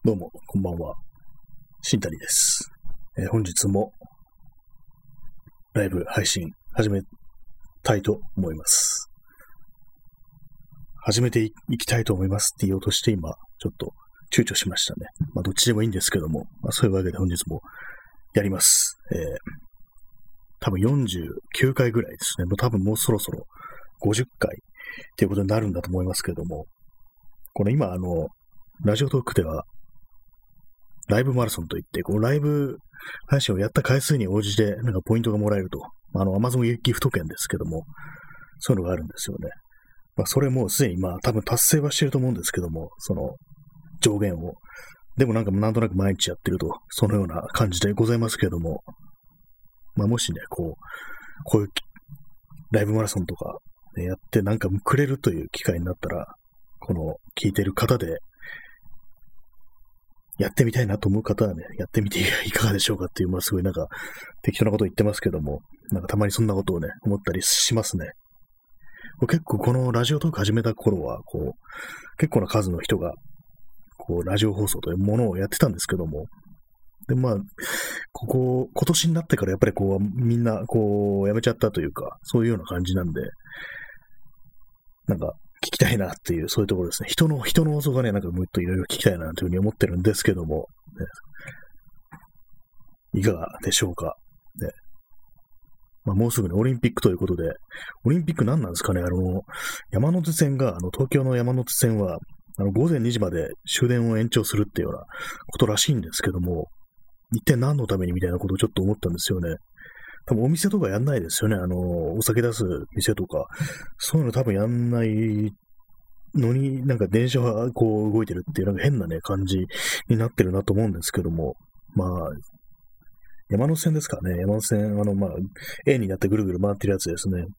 どうも、こんばんは。新谷です。本日もライブ配信始めたいと思います。始めていきたいと思いますって言おうとして今、ちょっと躊躇しましたね。どっちでもいいんですけども、そういうわけで本日もやります。多分49回ぐらいですね。多分もうそろそろ50回っていうことになるんだと思いますけども、これ今ラジオトークではライブマラソンといって、このライブ配信をやった回数に応じて、ポイントがもらえると。Amazon ギフト券ですけども、そういうのがあるんですよね。それもすでに多分達成はしてると思うんですけども、その上限を。でもなんとなく毎日やってると、そのような感じでございますけども、もしね、こういうライブマラソンとか、ね、やってくれるという機会になったら、この聞いてる方で、やってみたいなと思う方はね、やってみていかがでしょうかっていう、すごい適当なことを言ってますけども、たまにそんなことをね、思ったりしますね。結構このラジオトーク始めた頃は、結構な数の人が、ラジオ放送というものをやってたんですけども、で、今年になってからやっぱりみんな、やめちゃったというか、そういうような感じなんで、聞きたいなっていう、そういうところですね。人の放送がね、もっといろいろ聞きたいなというふうに思ってるんですけども、ね、いかがでしょうか。ね、もうすぐね、オリンピックということで、オリンピック何なんですかね、山手線が、東京の山手線は、午前2時まで終電を延長するっていうようなことらしいんですけども、一体何のためにみたいなことをちょっと思ったんですよね。多分お店とかやんないですよね。お酒出す店とか。そういうの多分やんないのに、電車が動いてるっていう変なね、感じになってるなと思うんですけども。山手線ですからね。山手線、円になってぐるぐる回ってるやつですね。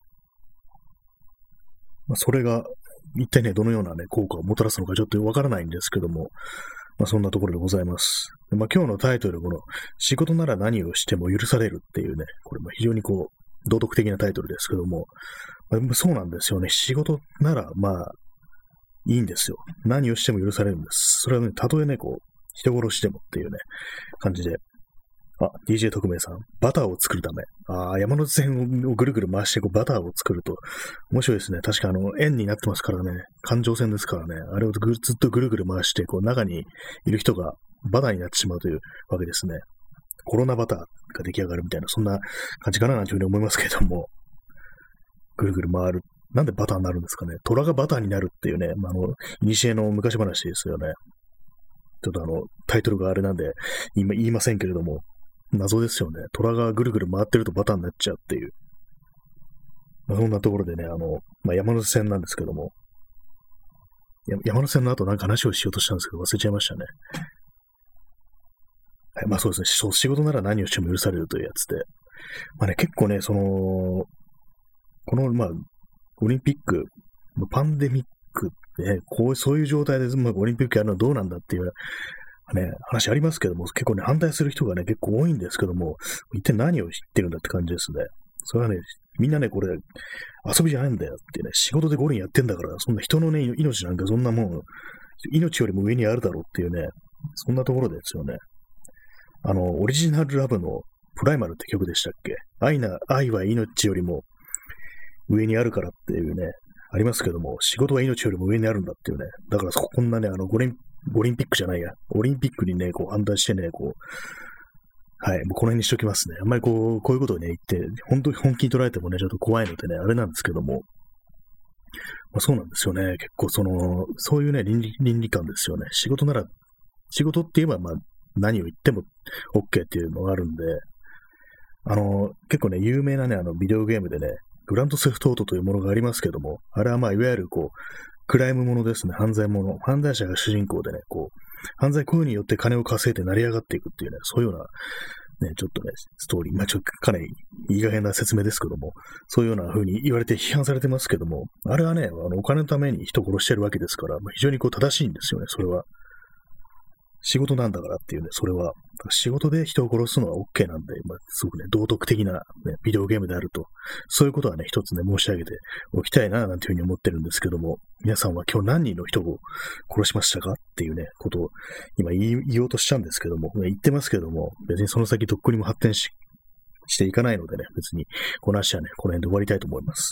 それが、一体ね、どのようなね、効果をもたらすのかちょっとわからないんですけども。そんなところでございます。今日のタイトル、仕事なら何をしても許されるっていうね、これ非常に道徳的なタイトルですけども、そうなんですよね。仕事なら、いいんですよ。何をしても許されるんです。それはね、たとえね、人殺しでもっていうね、感じで。DJ 特命さん、バターを作るため。山手線をぐるぐる回してバターを作ると。面白いですね。確か円になってますからね。環状線ですからね。あれをずっとぐるぐる回して、中にいる人がバターになってしまうというわけですね。コロナバターが出来上がるみたいな、そんな感じかななんていうふうに思いますけれども。ぐるぐる回る。なんでバターになるんですかね。虎がバターになるっていうね、古の昔話ですよね。ちょっとタイトルがあれなんで、今言いませんけれども、謎ですよね。虎がぐるぐる回ってるとバターになっちゃうっていう。そんなところでね、山手線なんですけども、山手線の後話をしようとしたんですけど忘れちゃいましたね。はい、そうですね。仕事なら何をしても許されるというやつで。結構ね、この、オリンピック、パンデミックね、そういう状態で、オリンピックやるのはどうなんだっていうね、話ありますけども、結構ね、反対する人がね、結構多いんですけども、一体何を知ってるんだって感じですね。それはね、みんなね、これ、遊びじゃないんだよってね、仕事で五輪やってんだから、そんな人のね、命なんかそんなもん、命よりも上にあるだろうっていうね、そんなところですよね。オリジナルラブのプライマルって曲でしたっけ？愛は命よりも上にあるからっていうね、ありますけども、仕事は命よりも上にあるんだっていうね、だからこんなね、オリンピックじゃないや。オリンピックにね、反対してね、はい、もうこの辺にしときますね。あんまりこういうことをね、言って、本当に本気に捉えてもね、ちょっと怖いのでね、あれなんですけども。そうなんですよね。結構そういうね、倫理観ですよね。仕事って言えば、何を言っても OK っていうのがあるんで、結構ね、有名なね、ビデオゲームでね、グランドセフトオートというものがありますけども、あれはいわゆるクライムものですね、犯罪もの。犯罪者が主人公でね、犯罪行為によって金を稼いで成り上がっていくっていうね、そういうような、ね、ちょっとね、ストーリー、ちょっとかなりいい加減な説明ですけども、そういうような風に言われて批判されてますけども、あれはね、お金のために人を殺してるわけですから、非常に正しいんですよね、それは。 仕事なんだからっていうね、それは、仕事で人を殺すのは OK なんで、すごくね、道徳的な、ね、ビデオゲームであると、そういうことはね、一つね、申し上げておきたいな、なんていうふうに思ってるんですけども、皆さんは今日何人の人を殺しましたかっていうね、ことを今言おうとしちゃうんですけども、言ってますけども、別にその先どこにも発展していかないのでね、別にこの話はね、この辺で終わりたいと思います。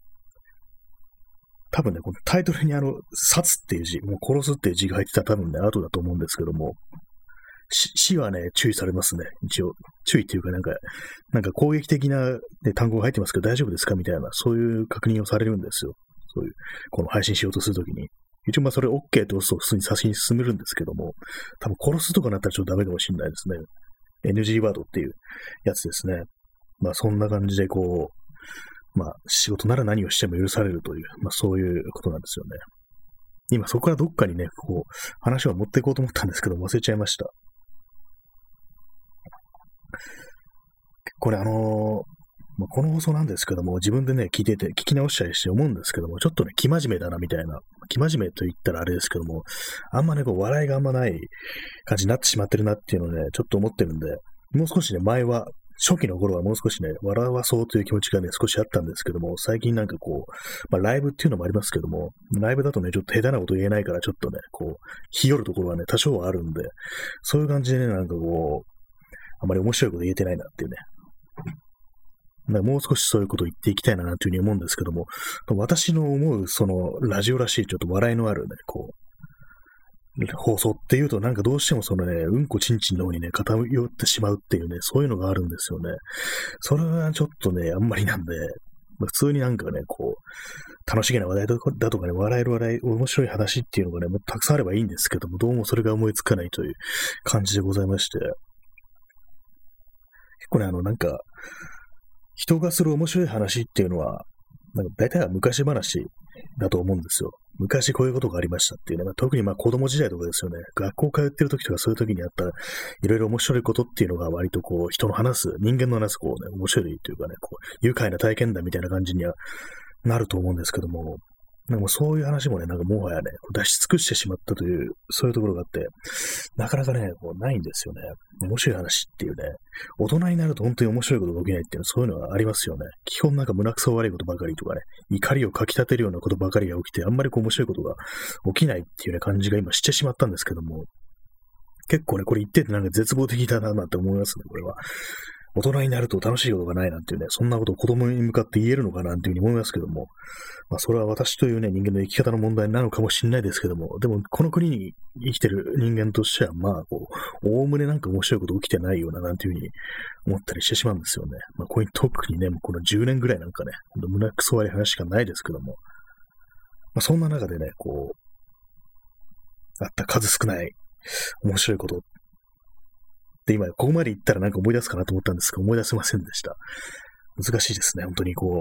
多分ね、このタイトルに殺っていう字、もう殺すっていう字が入ってたら多分ね、後だと思うんですけども、死はね、注意されますね。一応。注意っていうかなんか攻撃的な、ね、単語が入ってますけど大丈夫ですかみたいな、そういう確認をされるんですよ。そういう、この配信しようとするときに。一応それ OK と押すと普通に写真進めるんですけども、多分殺すとかなったらちょっとダメかもしれないですね。NG ワードっていうやつですね。そんな感じで仕事なら何をしても許されるという、そういうことなんですよね。今そこからどっかにね、話を持っていこうと思ったんですけど、忘れちゃいました。これこの放送なんですけども、自分でね、聞き直したりして思うんですけども、ちょっとね、生真面目だなみたいな、生真面目と言ったらあれですけども、あんまね、笑いがあんまない感じになってしまってるなっていうのをね、ちょっと思ってるんで、もう少しね、前は、初期の頃はもう少しね、笑わそうという気持ちがね、少しあったんですけども、最近なんかライブっていうのもありますけども、ライブだとね、ちょっと下手なこと言えないから、ちょっとね、日和るところはね、多少はあるんで、そういう感じでね、なんかあまり面白いこと言えてないなっていうね。もう少しそういうことを言っていきたいなというふうに思うんですけども、私の思う、ラジオらしい、ちょっと笑いのあるね、放送っていうと、なんかどうしてもうんこちんちんの方にね、偏ってしまうっていうね、そういうのがあるんですよね。それはちょっとね、あんまりなんで、普通になんかね、楽しげな話題だとかね、笑える話題、面白い話っていうのがね、もうたくさんあればいいんですけども、どうもそれが思いつかないという感じでございまして、結構ね、なんか、人がする面白い話っていうのは、大体は昔話だと思うんですよ。昔こういうことがありましたっていうね、特に子供時代とかですよね。学校通ってる時とかそういう時にあったいろいろ面白いことっていうのが割と人の話す、人間の話す面白いというかね、愉快な体験談みたいな感じにはなると思うんですけども、そういう話もね、もはやね、出し尽くしてしまったという、そういうところがあって、なかなかね、ないんですよね。面白い話っていうね、大人になると本当に面白いことが起きないっていうのは、そういうのがありますよね。基本なんか胸くそ悪いことばかりとかね、怒りをかき立てるようなことばかりが起きて、あんまり面白いことが起きないっていうね、感じが今してしまったんですけども、結構ね、これ言っててなんか絶望的だなって思いますね、これは。大人になると楽しいことがないなんていうね、そんなことを子供に向かって言えるのかなっていうふうに思いますけども、それは私というね、人間の生き方の問題なのかもしれないですけども、でも、この国に生きてる人間としては、おおむねなんか面白いこと起きてないような、なんていうふうに思ったりしてしまうんですよね。こういう特にね、この10年ぐらいなんかね、胸くそ悪い話しかないですけども、そんな中でね、あった数少ない面白いことで、今、ここまで言ったらなんか思い出すかなと思ったんですが、思い出せませんでした。難しいですね、本当に今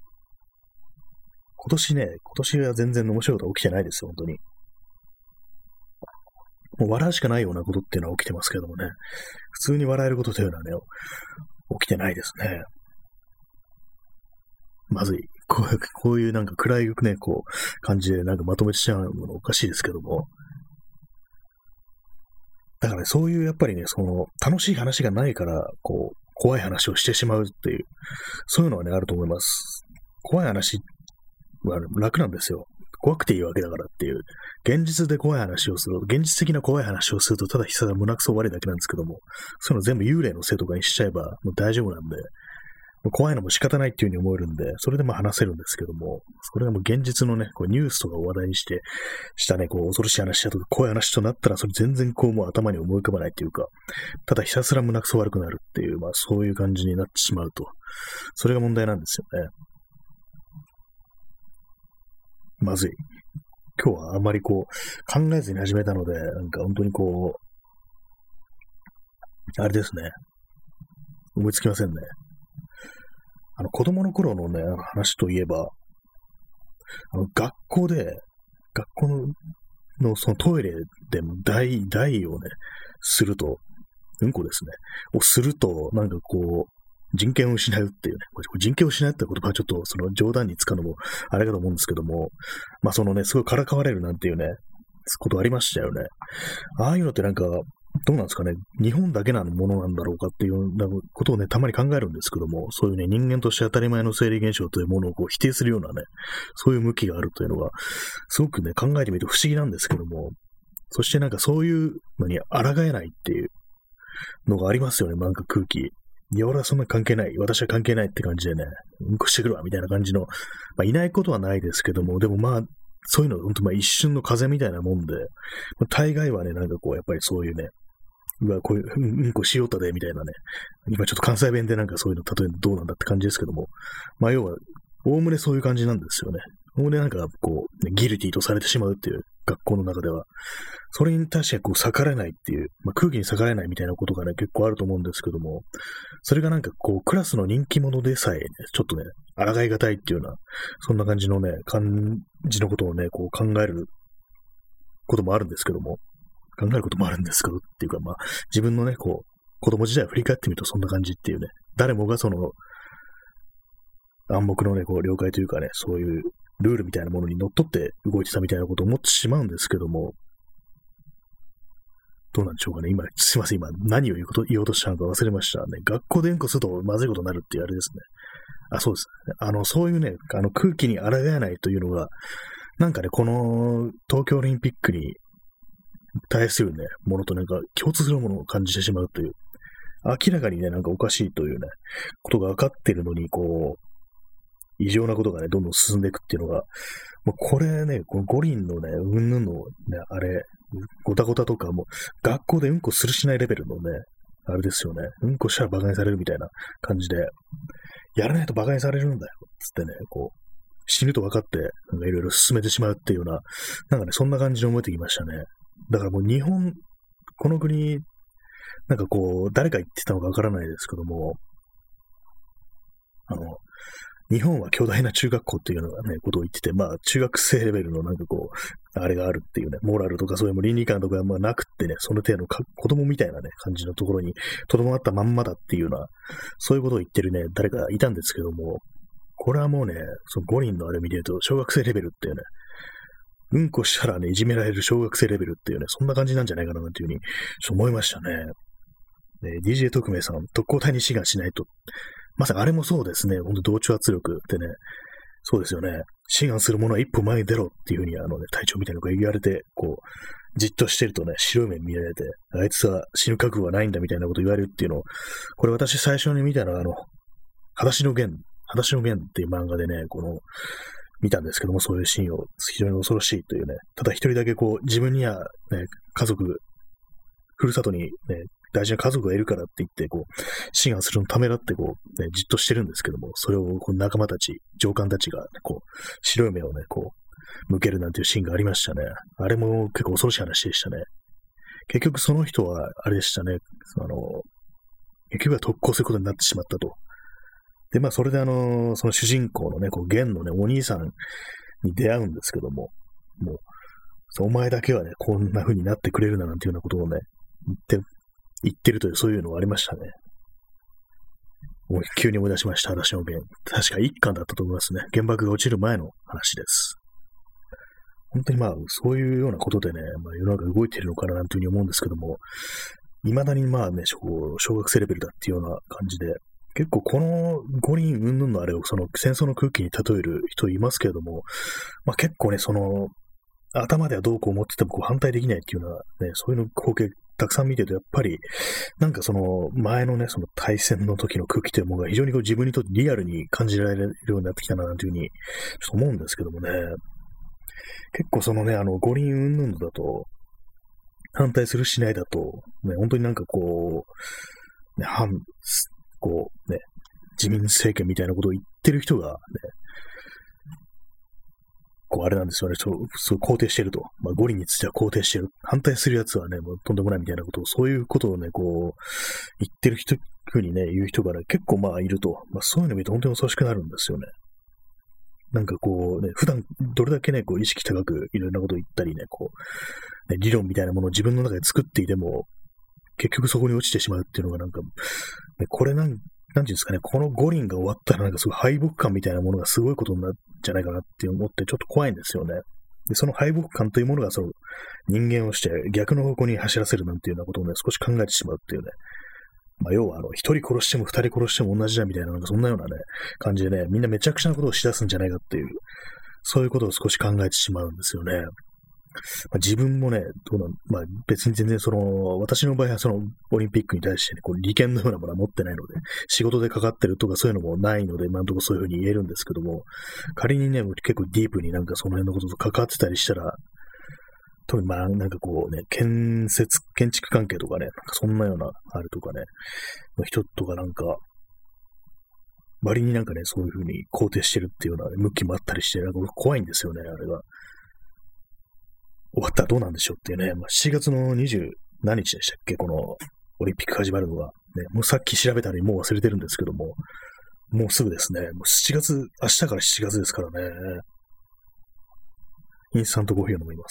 年は全然面白いこと起きてないですよ、本当に。もう笑うしかないようなことっていうのは起きてますけどもね、普通に笑えることというのはね、起きてないですね。まずい。こういうなんか暗いね、感じでなんかまとめてしまうのおかしいですけども、だからね、そういうやっぱりね、楽しい話がないから、怖い話をしてしまうっていう、そういうのはね、あると思います。怖い話は楽なんですよ。怖くていいわけだからっていう。現実で怖い話をする、現実的な怖い話をすると、ただひたすら胸くそ悪いだけなんですけども、そういうの全部幽霊のせいとかにしちゃえば、もう大丈夫なんで、怖いのも仕方ないっていう風に思えるんで、それでも話せるんですけども、それがもう現実のね、ニュースとかを話題にしたね、恐ろしい話だとか、怖い話となったら、それ全然もう頭に思い浮かばないっていうか、ただひたすら胸くそ悪くなるっていう、そういう感じになってしまうと。それが問題なんですよね。まずい。今日はあんまり考えずに始めたので、なんか本当にあれですね。思いつきませんね。子供の頃のね、話といえば、学校のそのトイレでも大をね、すると、うんこですね。をすると、なんか人権を失うっていうね。人権を失うって言葉はちょっと冗談に使うのもあれかと思うんですけども、すごいからかわれるなんていうね、 ことありましたよね。ああいうのってなんか、どうなんですかね。日本だけなものなんだろうかっていうようなことをね、たまに考えるんですけども、そういうね、人間として当たり前の生理現象というものをこう否定するようなね、そういう向きがあるというのが、すごくね、考えてみると不思議なんですけども、そしてなんかそういうのに抗えないっていうのがありますよね、なんか空気。いや、俺はそんな関係ない。私は関係ないって感じでね、うんこしてくるわ、みたいな感じの、まあ、いないことはないですけども、でもまあ、そういうの、本当まあ一瞬の風みたいなもんで、まあ、大概はね、なんかこう、やっぱりそういうね、うわ、こういう、うんこしよったで、みたいなね。今ちょっと関西弁でなんかそういうの、例えばどうなんだって感じですけども。まあ要は、おおむねそういう感じなんですよね。おおむねなんかこう、ね、ギルティーとされてしまうっていう、学校の中では。それに対してこう、逆らえないっていう、まあ空気に逆らえないみたいなことがね、結構あると思うんですけども、それがなんかこう、クラスの人気者でさえね、ちょっとね、抗いがたいっていうような、そんな感じのね、感じのことをね、こう考えることもあるんですけども、考えることもあるんですけどっていうか、まあ、自分のね、こう、子供時代を振り返ってみるとそんな感じっていうね、誰もがその、暗黙のね、こう、了解というかね、そういうルールみたいなものにのっとって動いてたみたいなことを思ってしまうんですけども、どうなんでしょうかね。今、すいません、今、何を言おうとしたのか忘れましたね。学校でうんこするとまずいことになるっていうあれですね。あ、そうですね。そういうね、空気に抗えないというのが、なんかね、この東京オリンピックに対するね、ものとなんか共通するものを感じてしまうという、明らかにね、なんかおかしいというね、ことが分かってるのに、こう、異常なことがね、どんどん進んでいくっていうのが、もうこれね、この五輪のね、うんぬんのね、あれ、ごたごたとかも、学校でうんこするしないレベルのね、あれですよね、うんこしたら馬鹿にされるみたいな感じで、やらないと馬鹿にされるんだよ、つってね、こう、死ぬと分かって、なんかいろいろ進めてしまうっていうような、なんかね、そんな感じに思えてきましたね。だからもう日本、この国、なんかこう、誰か言ってたのかわからないですけども、あの、日本は巨大な中学校っていうのがね、ことを言ってて、まあ、中学生レベルのなんかこう、あれがあるっていうね、モラルとかそういう倫理観とかまあなくってね、その程度の子供みたいなね、感じのところにとどまったまんまだっていうような、そういうことを言ってるね、誰かいたんですけども、これはもうね、その五輪のあれ見てると、小学生レベルっていうね、うんこしたらね、いじめられる小学生レベルっていうね、そんな感じなんじゃないかなっていうふうに、ちょっと思いましたね。DJ 特命さん、特攻隊に志願しないと。まさかあれもそうですね。ほんと同調圧力ってね。そうですよね。志願する者は一歩前に出ろっていうふうに隊長みたいなのが言われて、こう、じっとしてるとね、白い目見られて、あいつは死ぬ覚悟はないんだみたいなこと言われるっていうのを、これ私最初に見たのは裸足の弦っていう漫画でね、見たんですけども、そういうシーンを非常に恐ろしいというね、ただ一人だけこう、自分にはね、ふるさとにね、大事な家族がいるからって言って、こう、志願するのためらってこう、ね、じっとしてるんですけども、それをこう仲間たち、上官たちが、ね、こう、白い目をね、こう、向けるなんていうシーンがありましたね。あれも結構恐ろしい話でしたね。結局その人は、あれでしたね、結局は特攻することになってしまったと。で、まあ、それでその主人公のね、こう、弦のね、お兄さんに出会うんですけども、もう、お前だけはね、こんな風になってくれるななんていうようなことをね、言ってるという、そういうのがありましたね。急に思い出しました、私の弦。確か一巻だったと思いますね。原爆が落ちる前の話です。本当にまあ、そういうようなことでね、まあ、世の中動いているのかななんていうふうに思うんですけども、未だにまあね、小学生レベルだっていうような感じで、結構この五輪云々のあれをその戦争の空気に例える人いますけれども、まあ結構ね、頭ではどうこう思っててもこう反対できないっていうようなね、そういうの光景たくさん見てると、やっぱり、なんか前のね、その対戦の時の空気というものが非常にこう自分にとってリアルに感じられるようになってきたな、なんていうふうに、ちょっと思うんですけどもね。結構五輪云々だと、反対するしないだと、ね、本当になんかこう、ね、自民政権みたいなことを言ってる人がね、こうあれなんですよね、そう肯定してると。まあ、五輪については肯定してる。反対するやつはね、もうとんでもないみたいなことを、そういうことをね、こう、言ってるふうにね、言う人がね、結構まあいると。まあそういうの見ると本当に恐ろしくなるんですよね。なんかこうね、普段どれだけね、こう意識高くいろんなことを言ったりね、こう、ね、理論みたいなものを自分の中で作っていても、結局そこに落ちてしまうっていうのがなんか、ね、これなんていうんですかね、この五輪が終わったらなんかすごい敗北感みたいなものがすごいことになるんじゃないかなって思ってちょっと怖いんですよね。 で、その敗北感というものが、その人間をして逆の方向に走らせるなんていうようなことをね、少し考えてしまうっていうね。まあ、要は、一人殺しても二人殺しても同じだみたいな、なんかそんなようなね、感じでね、みんなめちゃくちゃなことをしだすんじゃないかっていう、そういうことを少し考えてしまうんですよね。まあ、自分もね、まあ、別に全然私の場合はオリンピックに対してね、こう利権のようなものは持ってないので、仕事でかかってるとかそういうのもないので、今のところそういうふうに言えるんですけども、仮にね、結構ディープになんかその辺のことと関わってたりしたら、特にまあ、なんかこうね、建築関係とかね、なんかそんなような、あるとかね、の人とかなんか、割になんかね、そういうふうに肯定してるっていうような、向きもあったりして、なんか怖いんですよね、あれが。終わったらどうなんでしょうっていうね、まあ、7月の20何日でしたっけ、このオリンピック始まるのが。ね、もうさっき調べたのにもう忘れてるんですけども、もうすぐですね、もう7月、明日から7月ですからね。インスタントコーヒーを飲みます。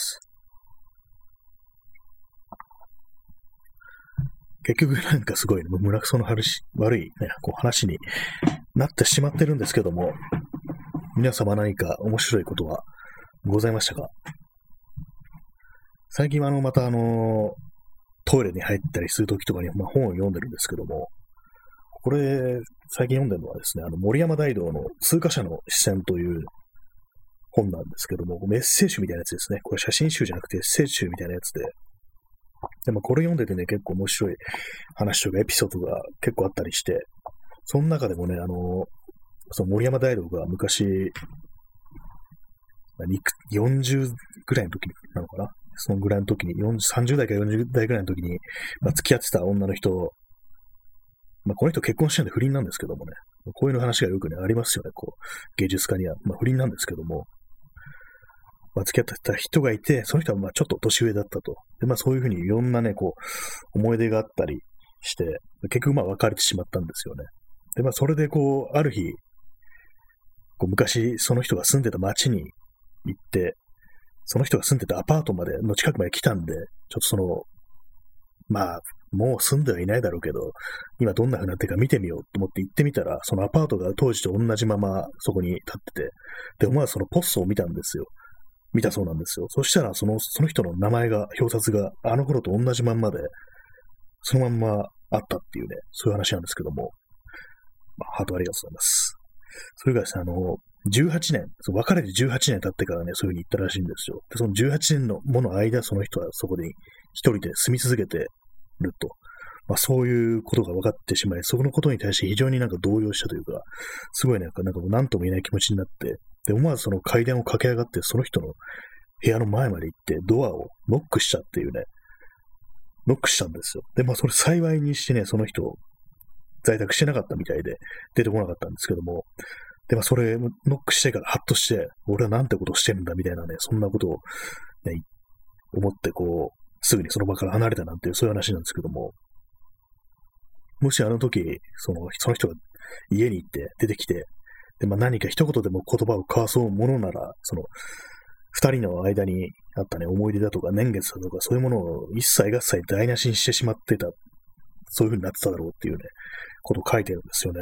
結局なんかすごい、ね、胸くその悪い、ね、こう話になってしまってるんですけども、皆様何か面白いことはございましたか？最近はまたトイレに入ったりするときとかに、まあ、本を読んでるんですけども、これ、最近読んでるのはですね、森山大道の通過者の視線という本なんですけども、メッセージ集みたいなやつですね。これ写真集じゃなくてエッセージ集みたいなやつで、でもこれ読んでてね、結構面白い話とかエピソードが結構あったりして、その中でもね、その森山大道が昔、40ぐらいの時なのかな、そのぐらいの時に、30代か40代ぐらいの時に、まあ、付き合ってた女の人、まあ、この人結婚してるんで不倫なんですけどもね、こういう話がよくね、ありますよね、こう、芸術家には。まあ、不倫なんですけども、まあ、付き合ってた人がいて、その人はまあちょっと年上だったと。で、まあそういうふうにいろんなね、こう、思い出があったりして、結局まあ別れてしまったんですよね。で、まあそれでこう、ある日、こう昔その人が住んでた町に行って、その人が住んでたアパートの近くまで来たんで、ちょっとまあ、もう住んではいないだろうけど、今どんな風になってるか見てみようと思って行ってみたら、そのアパートが当時と同じままそこに立ってて、で、思わずそのポストを見たんですよ。見たそうなんですよ。そしたら、その人の名前が、表札があの頃と同じまんまで、そのまんまあったっていうね、そういう話なんですけども、まあ、ハートありがとうございます。それがですね、18年、別れて18年経ってからね、そういう風に言ったらしいんですよ。で、その18年のもの間、その人はそこで一人で住み続けてると。まあ、そういうことが分かってしまい、そこのことに対して非常になんか動揺したというか、すごいなんか何とも言えない気持ちになって、で、思わずその階段を駆け上がって、その人の部屋の前まで行って、ドアをノックしたっていうね、ノックしたんですよ。で、まあ、それ幸いにしてね、その人、在宅してなかったみたいで、出てこなかったんですけども、で、まあ、それ、ノックしてからハッとして、俺はなんてことをしてるんだみたいなね、そんなことを、ね、思って、こう、すぐにその場から離れたなんていう、そういう話なんですけども、もしあの時、その人が家に行って出てきて、で、まあ、何か一言でも言葉を交わそうものなら、二人の間にあったね、思い出だとか年月だとか、そういうものを一切合切台無しにしてしまってた、そういう風になってただろうっていうね、ことを書いてるんですよね。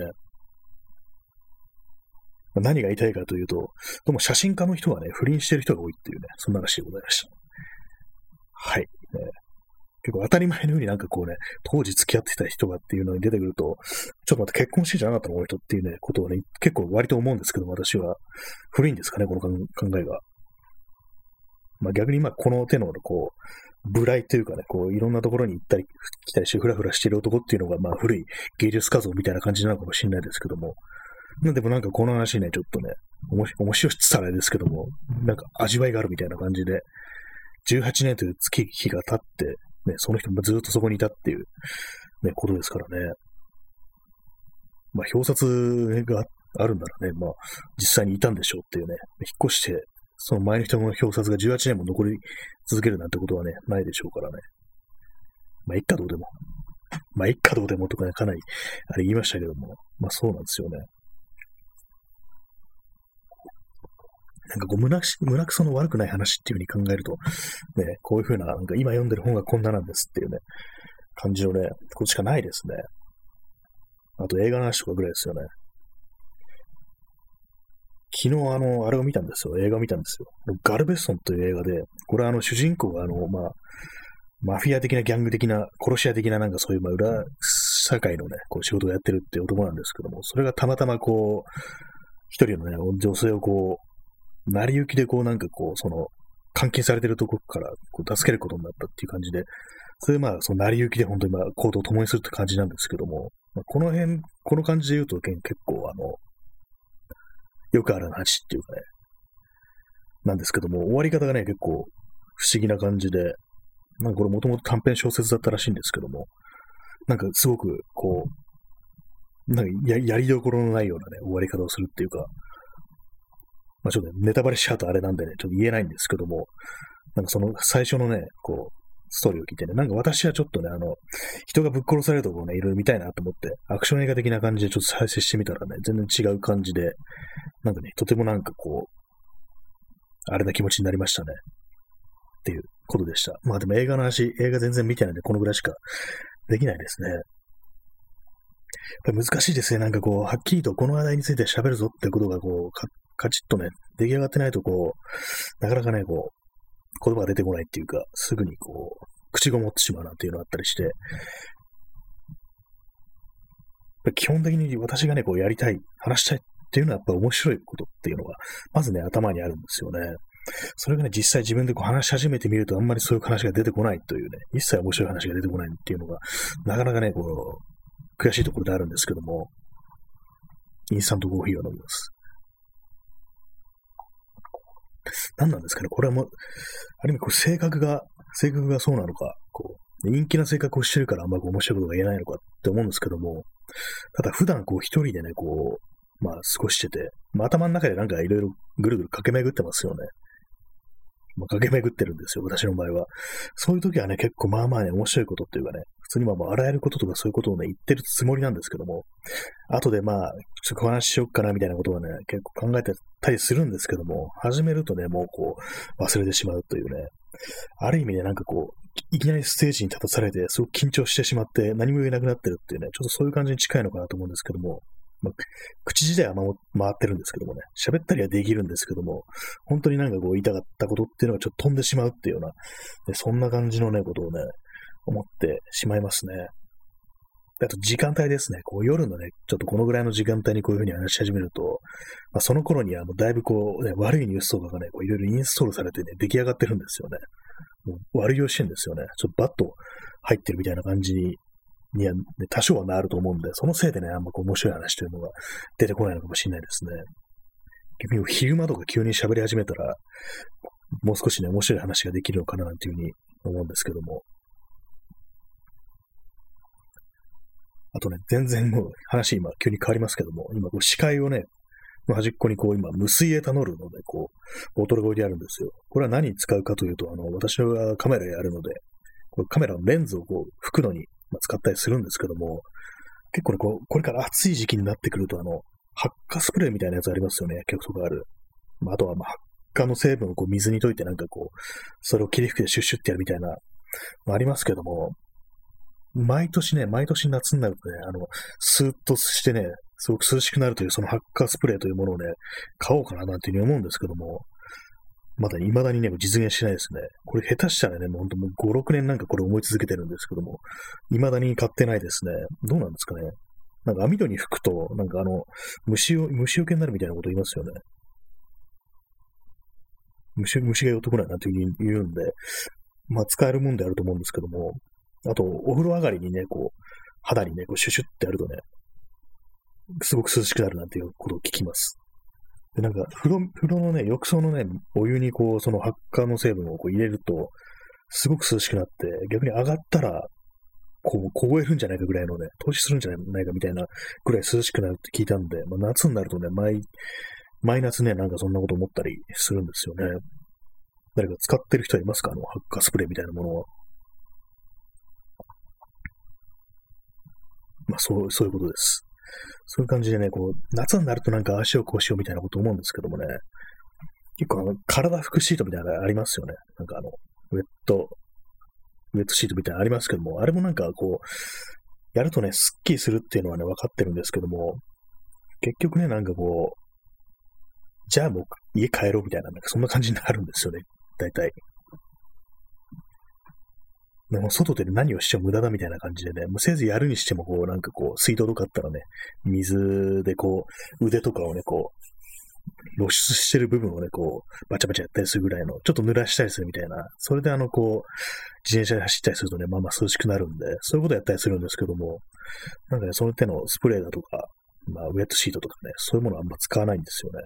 まあ、何が言いたいかというと、どうも写真家の人がね、不倫してる人が多いっていうね、そんな話でございました。はい。結構当たり前のようになんかこうね、当時付き合ってた人がっていうのに出てくると、ちょっと待って結婚してんじゃなかったのこの人っていうね、ことをね、結構割と思うんですけど、私は。古いんですかね、この考えが。まあ逆にこの手のこう、無頼というかね、こういろんなところに行ったり来たりしてフラフラしている男っていうのが古い芸術家像みたいな感じなのかもしれないですけども。でもなんかこの話ね、ちょっとね、面白いって言ったらあれですけども、なんか味わいがあるみたいな感じで、18年という月日が経って、ね、その人もずっとそこにいたっていう、ね、ことですからね。まあ表札があるんならね、まあ実際にいたんでしょうっていうね、引っ越して、その前の人の表札が18年も残り続けるなんてことはね、ないでしょうからね。まあ、一家どうでも。まあ、一家どうでもとかね、かなり、あれ言いましたけども、まあそうなんですよね。なんかこう、胸くその悪くない話っていう風に考えると、ね、こういう風な、なんか今読んでる本がこんななんですっていうね、感じのね、ことしかないですね。あと映画の話とかぐらいですよね。 昨日あれを見たんですよ。映画を見たんですよ。ガルベストンという映画で、これは主人公がマフィア的なギャング的な、殺し屋的ななんかそういう裏社会のね、こう仕事をやってるって男なんですけども、それがたまたまこう、一人のね、女性をこう、成り行きでこうなんかこう、監禁されてるところからこう助けることになったっていう感じで、それでその成り行きで本当に行動を共にするって感じなんですけども、この感じで言うと結構よくある話っていうかね、なんですけども、終わり方がね、結構不思議な感じで、なんかこれもともと短編小説だったらしいんですけども、なんかすごくこう、なんかやりどころのないようなね、終わり方をするっていうか、ちょっとね、ネタバレしちゃうとあれなんでね、ちょっと言えないんですけども、なんかその最初のね、こう、ストーリーを聞いてね、なんか私はちょっとね、人がぶっ殺されるとこをね、いろいろ見たいなと思って、アクション映画的な感じでちょっと再生してみたらね、全然違う感じで、なんかね、とてもなんかこう、あれな気持ちになりましたね。っていうことでした。でも映画全然見てないんで、このぐらいしかできないですね。やっぱり難しいですね。なんかこう、はっきりとこの話題について喋るぞってことがこう、カチッとね、出来上がってないとこう、なかなかね、こう、言葉が出てこないっていうか、すぐにこう、口ごもってしまうなんていうのがあったりして、基本的に私がね、こうやりたい、話したいっていうのはやっぱ面白いことっていうのが、まずね、頭にあるんですよね。それがね、実際自分でこう話し始めてみるとあんまりそういう話が出てこないというね、一切面白い話が出てこないっていうのが、なかなかね、こう、悔しいところであるんですけども、インスタントコーヒーを飲みます。何なんですかね、これはもう、ある意味こう性格がそうなのか、こう、陰気な性格をしてるからあんまり面白いことが言えないのかって思うんですけども、ただ普段こう一人でね、こう、過ごしてて、頭の中でなんかいろいろぐるぐる駆け巡ってますよね。駆け巡ってるんですよ、私の場合は。そういう時はね、結構ね、面白いことっていうかね、普通にあらゆることとかそういうことをね、言ってるつもりなんですけども、後でちょっとお話ししよっかなみたいなことはね、結構考えてたりするんですけども、始めるとね、もうこう、忘れてしまうというね、ある意味ね、なんかこう、いきなりステージに立たされて、すごく緊張してしまって、何も言えなくなってるっていうね、ちょっとそういう感じに近いのかなと思うんですけども、口自体は回ってるんですけどもね、喋ったりはできるんですけども、本当になんかこう言いたかったことっていうのがちょっと飛んでしまうっていうような、そんな感じのね、ことをね、思ってしまいますね。あと時間帯ですね。こう夜のね、ちょっとこのぐらいの時間帯にこういうふうに話し始めると、その頃にはもうだいぶこう、ね、悪いニュースとかがね、こういろいろインストールされてね、出来上がってるんですよね。もう悪用してるんですよね。ちょっとバッと入ってるみたいな感じには、ね、多少はなると思うんで、そのせいでね、あんまこう面白い話というのが出てこないのかもしれないですね。逆に昼間とか急に喋り始めたら、もう少しね、面白い話ができるのかななんていうふうに思うんですけども。あとね、全然もう話今急に変わりますけども、今こう視界をね、の端っこにこう今無水エタノールのね、こう、ボトルが置いてあるんですよ。これは何に使うかというと、私はカメラやるので、これカメラのレンズをこう、拭くのに使ったりするんですけども、結構ね、これから暑い時期になってくると、発火スプレーみたいなやつありますよね、結構ある。あとは発火の成分をこう水に溶いてなんかこう、それを霧吹きでシュッシュってやるみたいな、ありますけども、毎年夏になるとね、スーッとしてね、すごく涼しくなるという、その発火スプレーというものをね、買おうかななんていうふうに思うんですけども、未だにね、実現しないですね。これ下手したらね、もうほんともう5、6年なんかこれ思い続けてるんですけども、未だに買ってないですね。どうなんですかね。なんか網戸に吹くと、なんか虫除けになるみたいなこと言いますよね。虫が寄ってこないなんていうふうに言うんで、使えるもんであると思うんですけども、あと、お風呂上がりにね、こう、肌にね、こうシュシュってやるとね、すごく涼しくなるなんていうことを聞きます。で、なんか、風呂のね、浴槽のね、お湯にこう、その発火の成分をこう入れると、すごく涼しくなって、逆に上がったら、こう、凍えるんじゃないかぐらいのね、透視するんじゃないかみたいなぐらい涼しくなるって聞いたんで、夏になるとね、毎夏ね、なんかそんなこと思ったりするんですよね。誰か使ってる人はいますか？発火スプレーみたいなものは。そういうことです。そういう感じでね、こう、夏になるとなんか足をこうしようみたいなこと思うんですけどもね、結構体拭くシートみたいなのがありますよね。なんかウェットシートみたいなのありますけども、あれもなんかこう、やるとね、スッキリするっていうのはね、分かってるんですけども、結局ね、なんかこじゃあもう家帰ろうみたいな、なんかそんな感じになるんですよね。大体。でも外で何をしても無駄だみたいな感じでね、もうせいぜいやるにしてもこう、なんかこう、水道とかあったらね、水でこう、腕とかをね、こう、露出してる部分をね、こう、バチャバチャやったりするぐらいの、ちょっと濡らしたりするみたいな、それでこう、自転車で走ったりするとね、まあまあ涼しくなるんで、そういうことやったりするんですけども、なんかね、その手のスプレーだとか、まあ、ウェットシートとかね、そういうものはあんま使わないんですよね。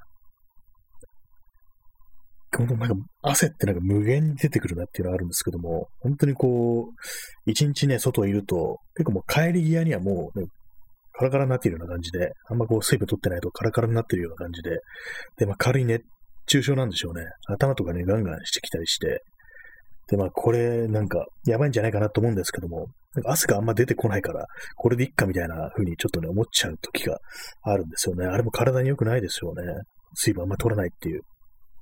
本当なんか、汗ってなんか無限に出てくるなっていうのはあるんですけども、本当にこう、一日ね、外いると、結構もう帰り際にはもう、ね、カラカラになっているような感じで、あんまこう水分取ってないとカラカラになっているような感じで、で、まあ軽い熱中症なんでしょうね。頭とかね、ガンガンしてきたりして、で、まあこれなんかやばいんじゃないかなと思うんですけども、なんか汗があんま出てこないから、これでいっかみたいな風にちょっとね、思っちゃう時があるんですよね。あれも体に良くないですよね。水分あんま取らないっていう。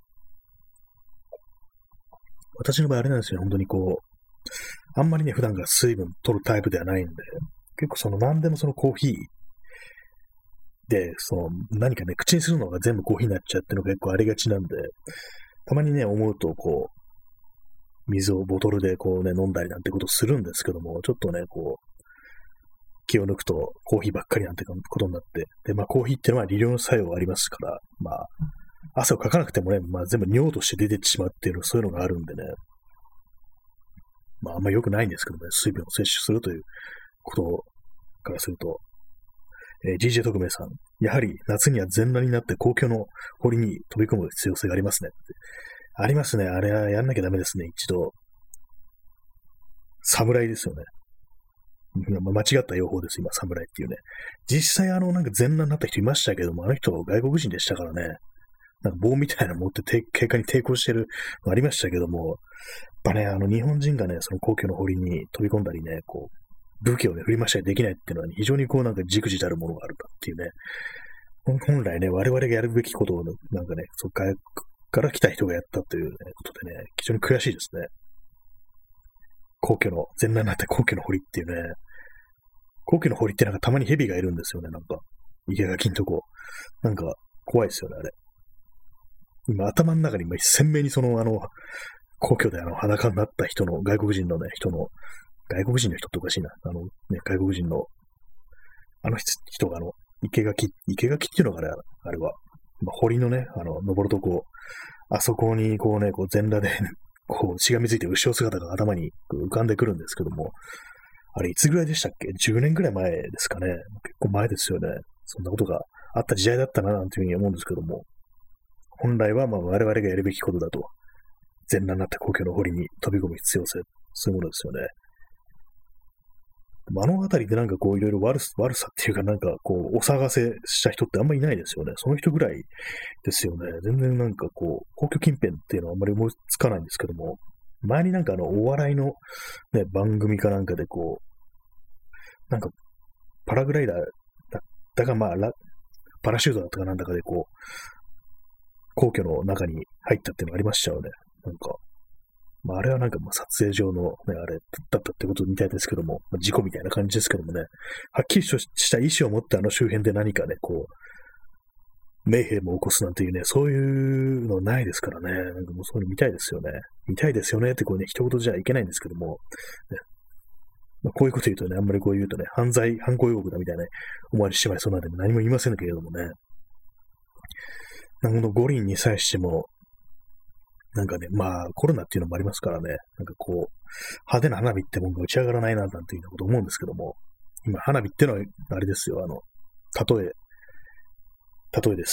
私の場合あれなんですよ、本当にこう、あんまりね、普段から水分取るタイプではないんで、結構何でもそのコーヒーで、何かね、口にするのが全部コーヒーになっちゃうっていうのが結構ありがちなんで、たまにね、思うと、こう、水をボトルでこうね、飲んだりなんてことするんですけども、ちょっとね、こう、気を抜くとコーヒーばっかりなんてことになって、で、まあコーヒーっていうのは利尿作用がありますから、まあ、汗をかかなくてもね、まあ全部尿として出てってしまうっていうの、そういうのがあるんでね、まああんまり良くないんですけどね、水分を摂取するということからすると、DJ 特命さん、やはり夏には全裸になって公共の堀に飛び込む必要性がありますね。ありますね。あれはやんなきゃダメですね、一度。侍ですよね。間違った用法です、今、侍っていうね。実際なんか全裸になった人いましたけども、あの人外国人でしたからね。なんか棒みたいなの持って警官に抵抗してるのありましたけども、やっぱね、日本人がね、その公共の堀に飛び込んだりね、こう、武器をね、振り回したりできないっていうのは、ね、非常にこうなんか忸怩たるものがあるなっていうね。本来ね、我々がやるべきことを、なんかね、そっから来た人がやったという、ね、ことでね、非常に悔しいですね。全裸になって皇居の堀っていうね、皇居の堀ってなんかたまに蛇がいるんですよね、なんか。生垣んとこ。なんか、怖いですよね、あれ。今、頭の中に鮮明に皇居で裸になった人の、外国人の外国人の人っておかしいな。外国人の、人が生垣っていうのがね、あれは。まあ、堀のね、登るとこ、あそこにこうね、こう全裸でこう、しがみついて後ろ姿が頭に浮かんでくるんですけども、あれいつぐらいでしたっけ ?10 年ぐらい前ですかね。結構前ですよね。そんなことがあった時代だったな、なんていうふうに思うんですけども、本来はまあ我々がやるべきことだと。全裸になった公共の堀に飛び込む必要性。そういうものですよね。あのあたりでなんかこういろいろ悪さっていうかなんかこうお騒がせした人ってあんまりいないですよね。その人ぐらいですよね。全然なんかこう、公共近辺っていうのはあんまり思いつかないんですけども、前になんかお笑いのね、番組かなんかでこう、なんかパラグライダーだったかまあ、パラシュートだったかなんだかでこう、皇居の中に入ったっていうのがありましたよね。なんか、まあ、あれはなんか撮影上のね、あれだったってことみたいですけども、事故みたいな感じですけどもね、はっきりとした意思を持って周辺で何かね、こう、名兵も起こすなんていうね、そういうのないですからね、なんかもうそういうの見たいですよね。見たいですよねってこうね、一言じゃいけないんですけども、ね、まあ、こういうこと言うとね、あんまりこう言うとね、犯行予告だみたいな、ね、思われてしまいそうなんで何も言いませんけれどもね、なんか五輪に際しても、なんかね、まあ、コロナっていうのもありますからね、なんかこう、派手な花火ってもんが打ち上がらないな、なんていうようなこと思うんですけども、今、花火ってのは、あれですよ、例えです。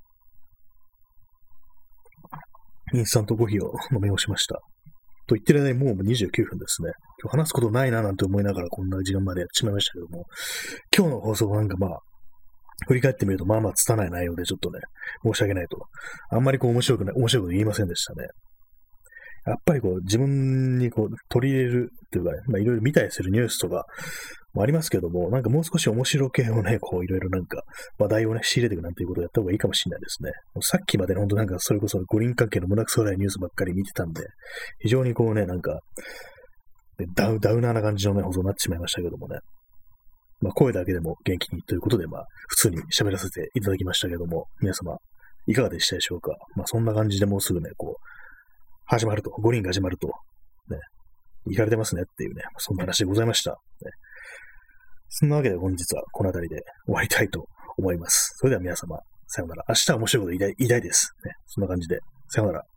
インスタントコーヒーを飲み干しました。と言ってる間にもう29分ですね。今日話すことないな、なんて思いながらこんな時間までやってしまいましたけども、今日の放送はなんかまあ、振り返ってみると、まあまあ、拙い内容でちょっとね、申し訳ないと。あんまりこう面白いこと言いませんでしたね。やっぱりこう、自分にこう、取り入れるというかね、まあいろいろ見たりするニュースとかもありますけども、なんかもう少し面白系をね、こういろいろなんか話題をね、仕入れていくなんていうことをやった方がいいかもしれないですね。もうさっきまで本当なんかそれこそ五輪関係の胸くそ悪いニュースばっかり見てたんで、非常にこうね、なんか、ダウナーな感じのね、放送になってしまいましたけどもね。まあ声だけでも元気にということで、まあ普通に喋らせていただきましたけども、皆様いかがでしたでしょうか。まあそんな感じでもうすぐね、こう、始まると、5人が始まると、ね、行かれてますねっていうね、そんな話でございました。ね、そんなわけで本日はこの辺りで終わりたいと思います。それでは皆様、さようなら。明日は面白いこと言いたいです。ね、そんな感じで、さようなら。